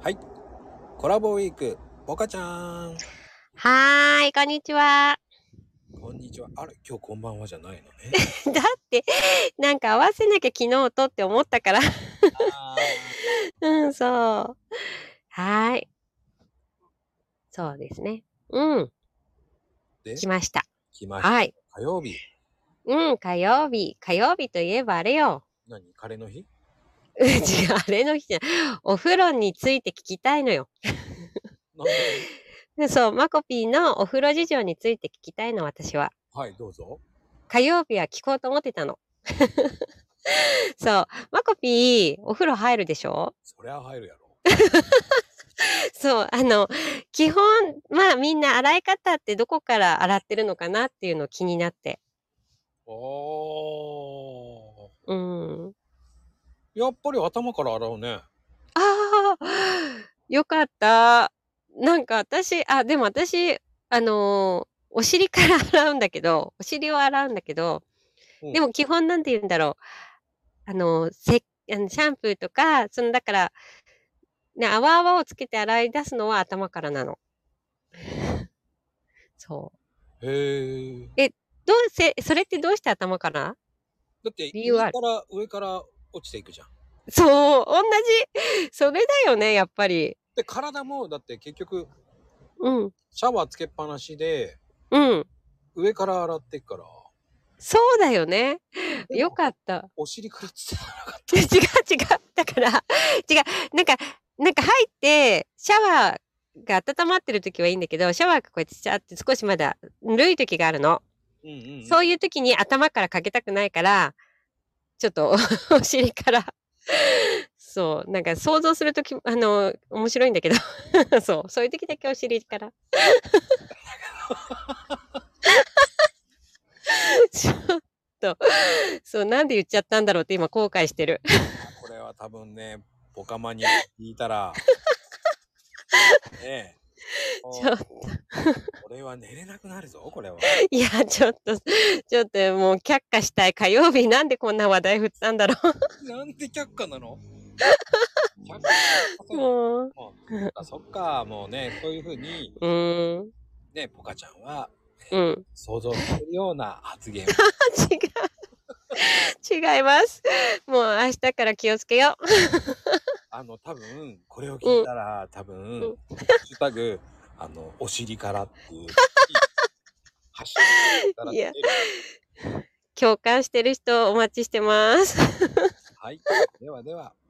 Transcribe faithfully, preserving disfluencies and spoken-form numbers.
はい。コラボウィーク、ポカちゃん。 はーい、こんにちは。 こんにちは。あれ、今日こんばんはじゃないのね。 だって、なんか合わせなきゃ昨日とって思ったから。 あうん、そう。はーい。そうですね。うん。 で、 来ました。 来ました。 はい。 火曜日。 うん、火曜日。火曜日といえばあれよ。 何カレーの日？ うち、あれの日じゃない。お風呂について聞きたいのよ。 なんで？ でそう、マコピーのお風呂事情について聞きたいの、私は。 はい、どうぞ。 火曜日は聞こうと思ってたの。そう、マコピー、お風呂入るでしょ？ そりゃ入るやろ。 そう、あの、基本、まあ、みんな洗い方ってどこから洗ってるのかなっていうの気になって。 おー。 うーん。 やっぱり頭から洗うね。 ああ、よかった。なんか私、あ、でも私、あの、お尻から洗うんだけど、お尻を洗うんだけど、 うん。 でも基本なんて言うんだろう、あの、せあの、シャンプーとか、その、だから、ね、泡泡をつけて洗い出すのは頭からなの。そう。 へえ。 え、どうせそれってどうして頭から？ だって、 理由ある？ 右から上から落ちていくじゃん。 そう、おんなじ。それだよね、やっぱり。 で、体も、だって結局、 うん。 シャワーつけっぱなしで、 うん。 上から洗ってっから。 そうだよね。よでも、 かった。 お尻からつってなかっ違う違う。だから、違う。なんかなんか入って、シャワーが温まってる時はいいんだけど、シャワーがこうやってシャーって少しまだぬるい時があるの。 うんうんうん。 そういう時に頭からかけたくないから、ちょっとお尻からそう、なんか想像する時あの、面白いんだけど、そう、そういう時だけお尻から。ちょっと、そう、なんで言っちゃったんだろうって今後悔してる。 これは多分ね、ポカマニア聞いたら、ねえ、 ちょっと。 これは寝れなくなるぞ、これは。 いや、ちょっと、ちょっともう却下したい。火曜日なんでこんな話題振ったんだろう。 なんで却下なの？却下させない。 もう。 もう、そっか、そっか、もうね、そういう風に、 うーん。 ね、ポカちゃんは、 うん。 想像されるような発言を。 違う。違います。もう明日から気をつけよう。 あの、多分、これを聞いうん。 たら、多分、 うん。 ハッシュタグ、あの、お尻からっていう、ハッシュタグからいや、 出る。 共感してる人お待ちしてます。 はい。ではでは。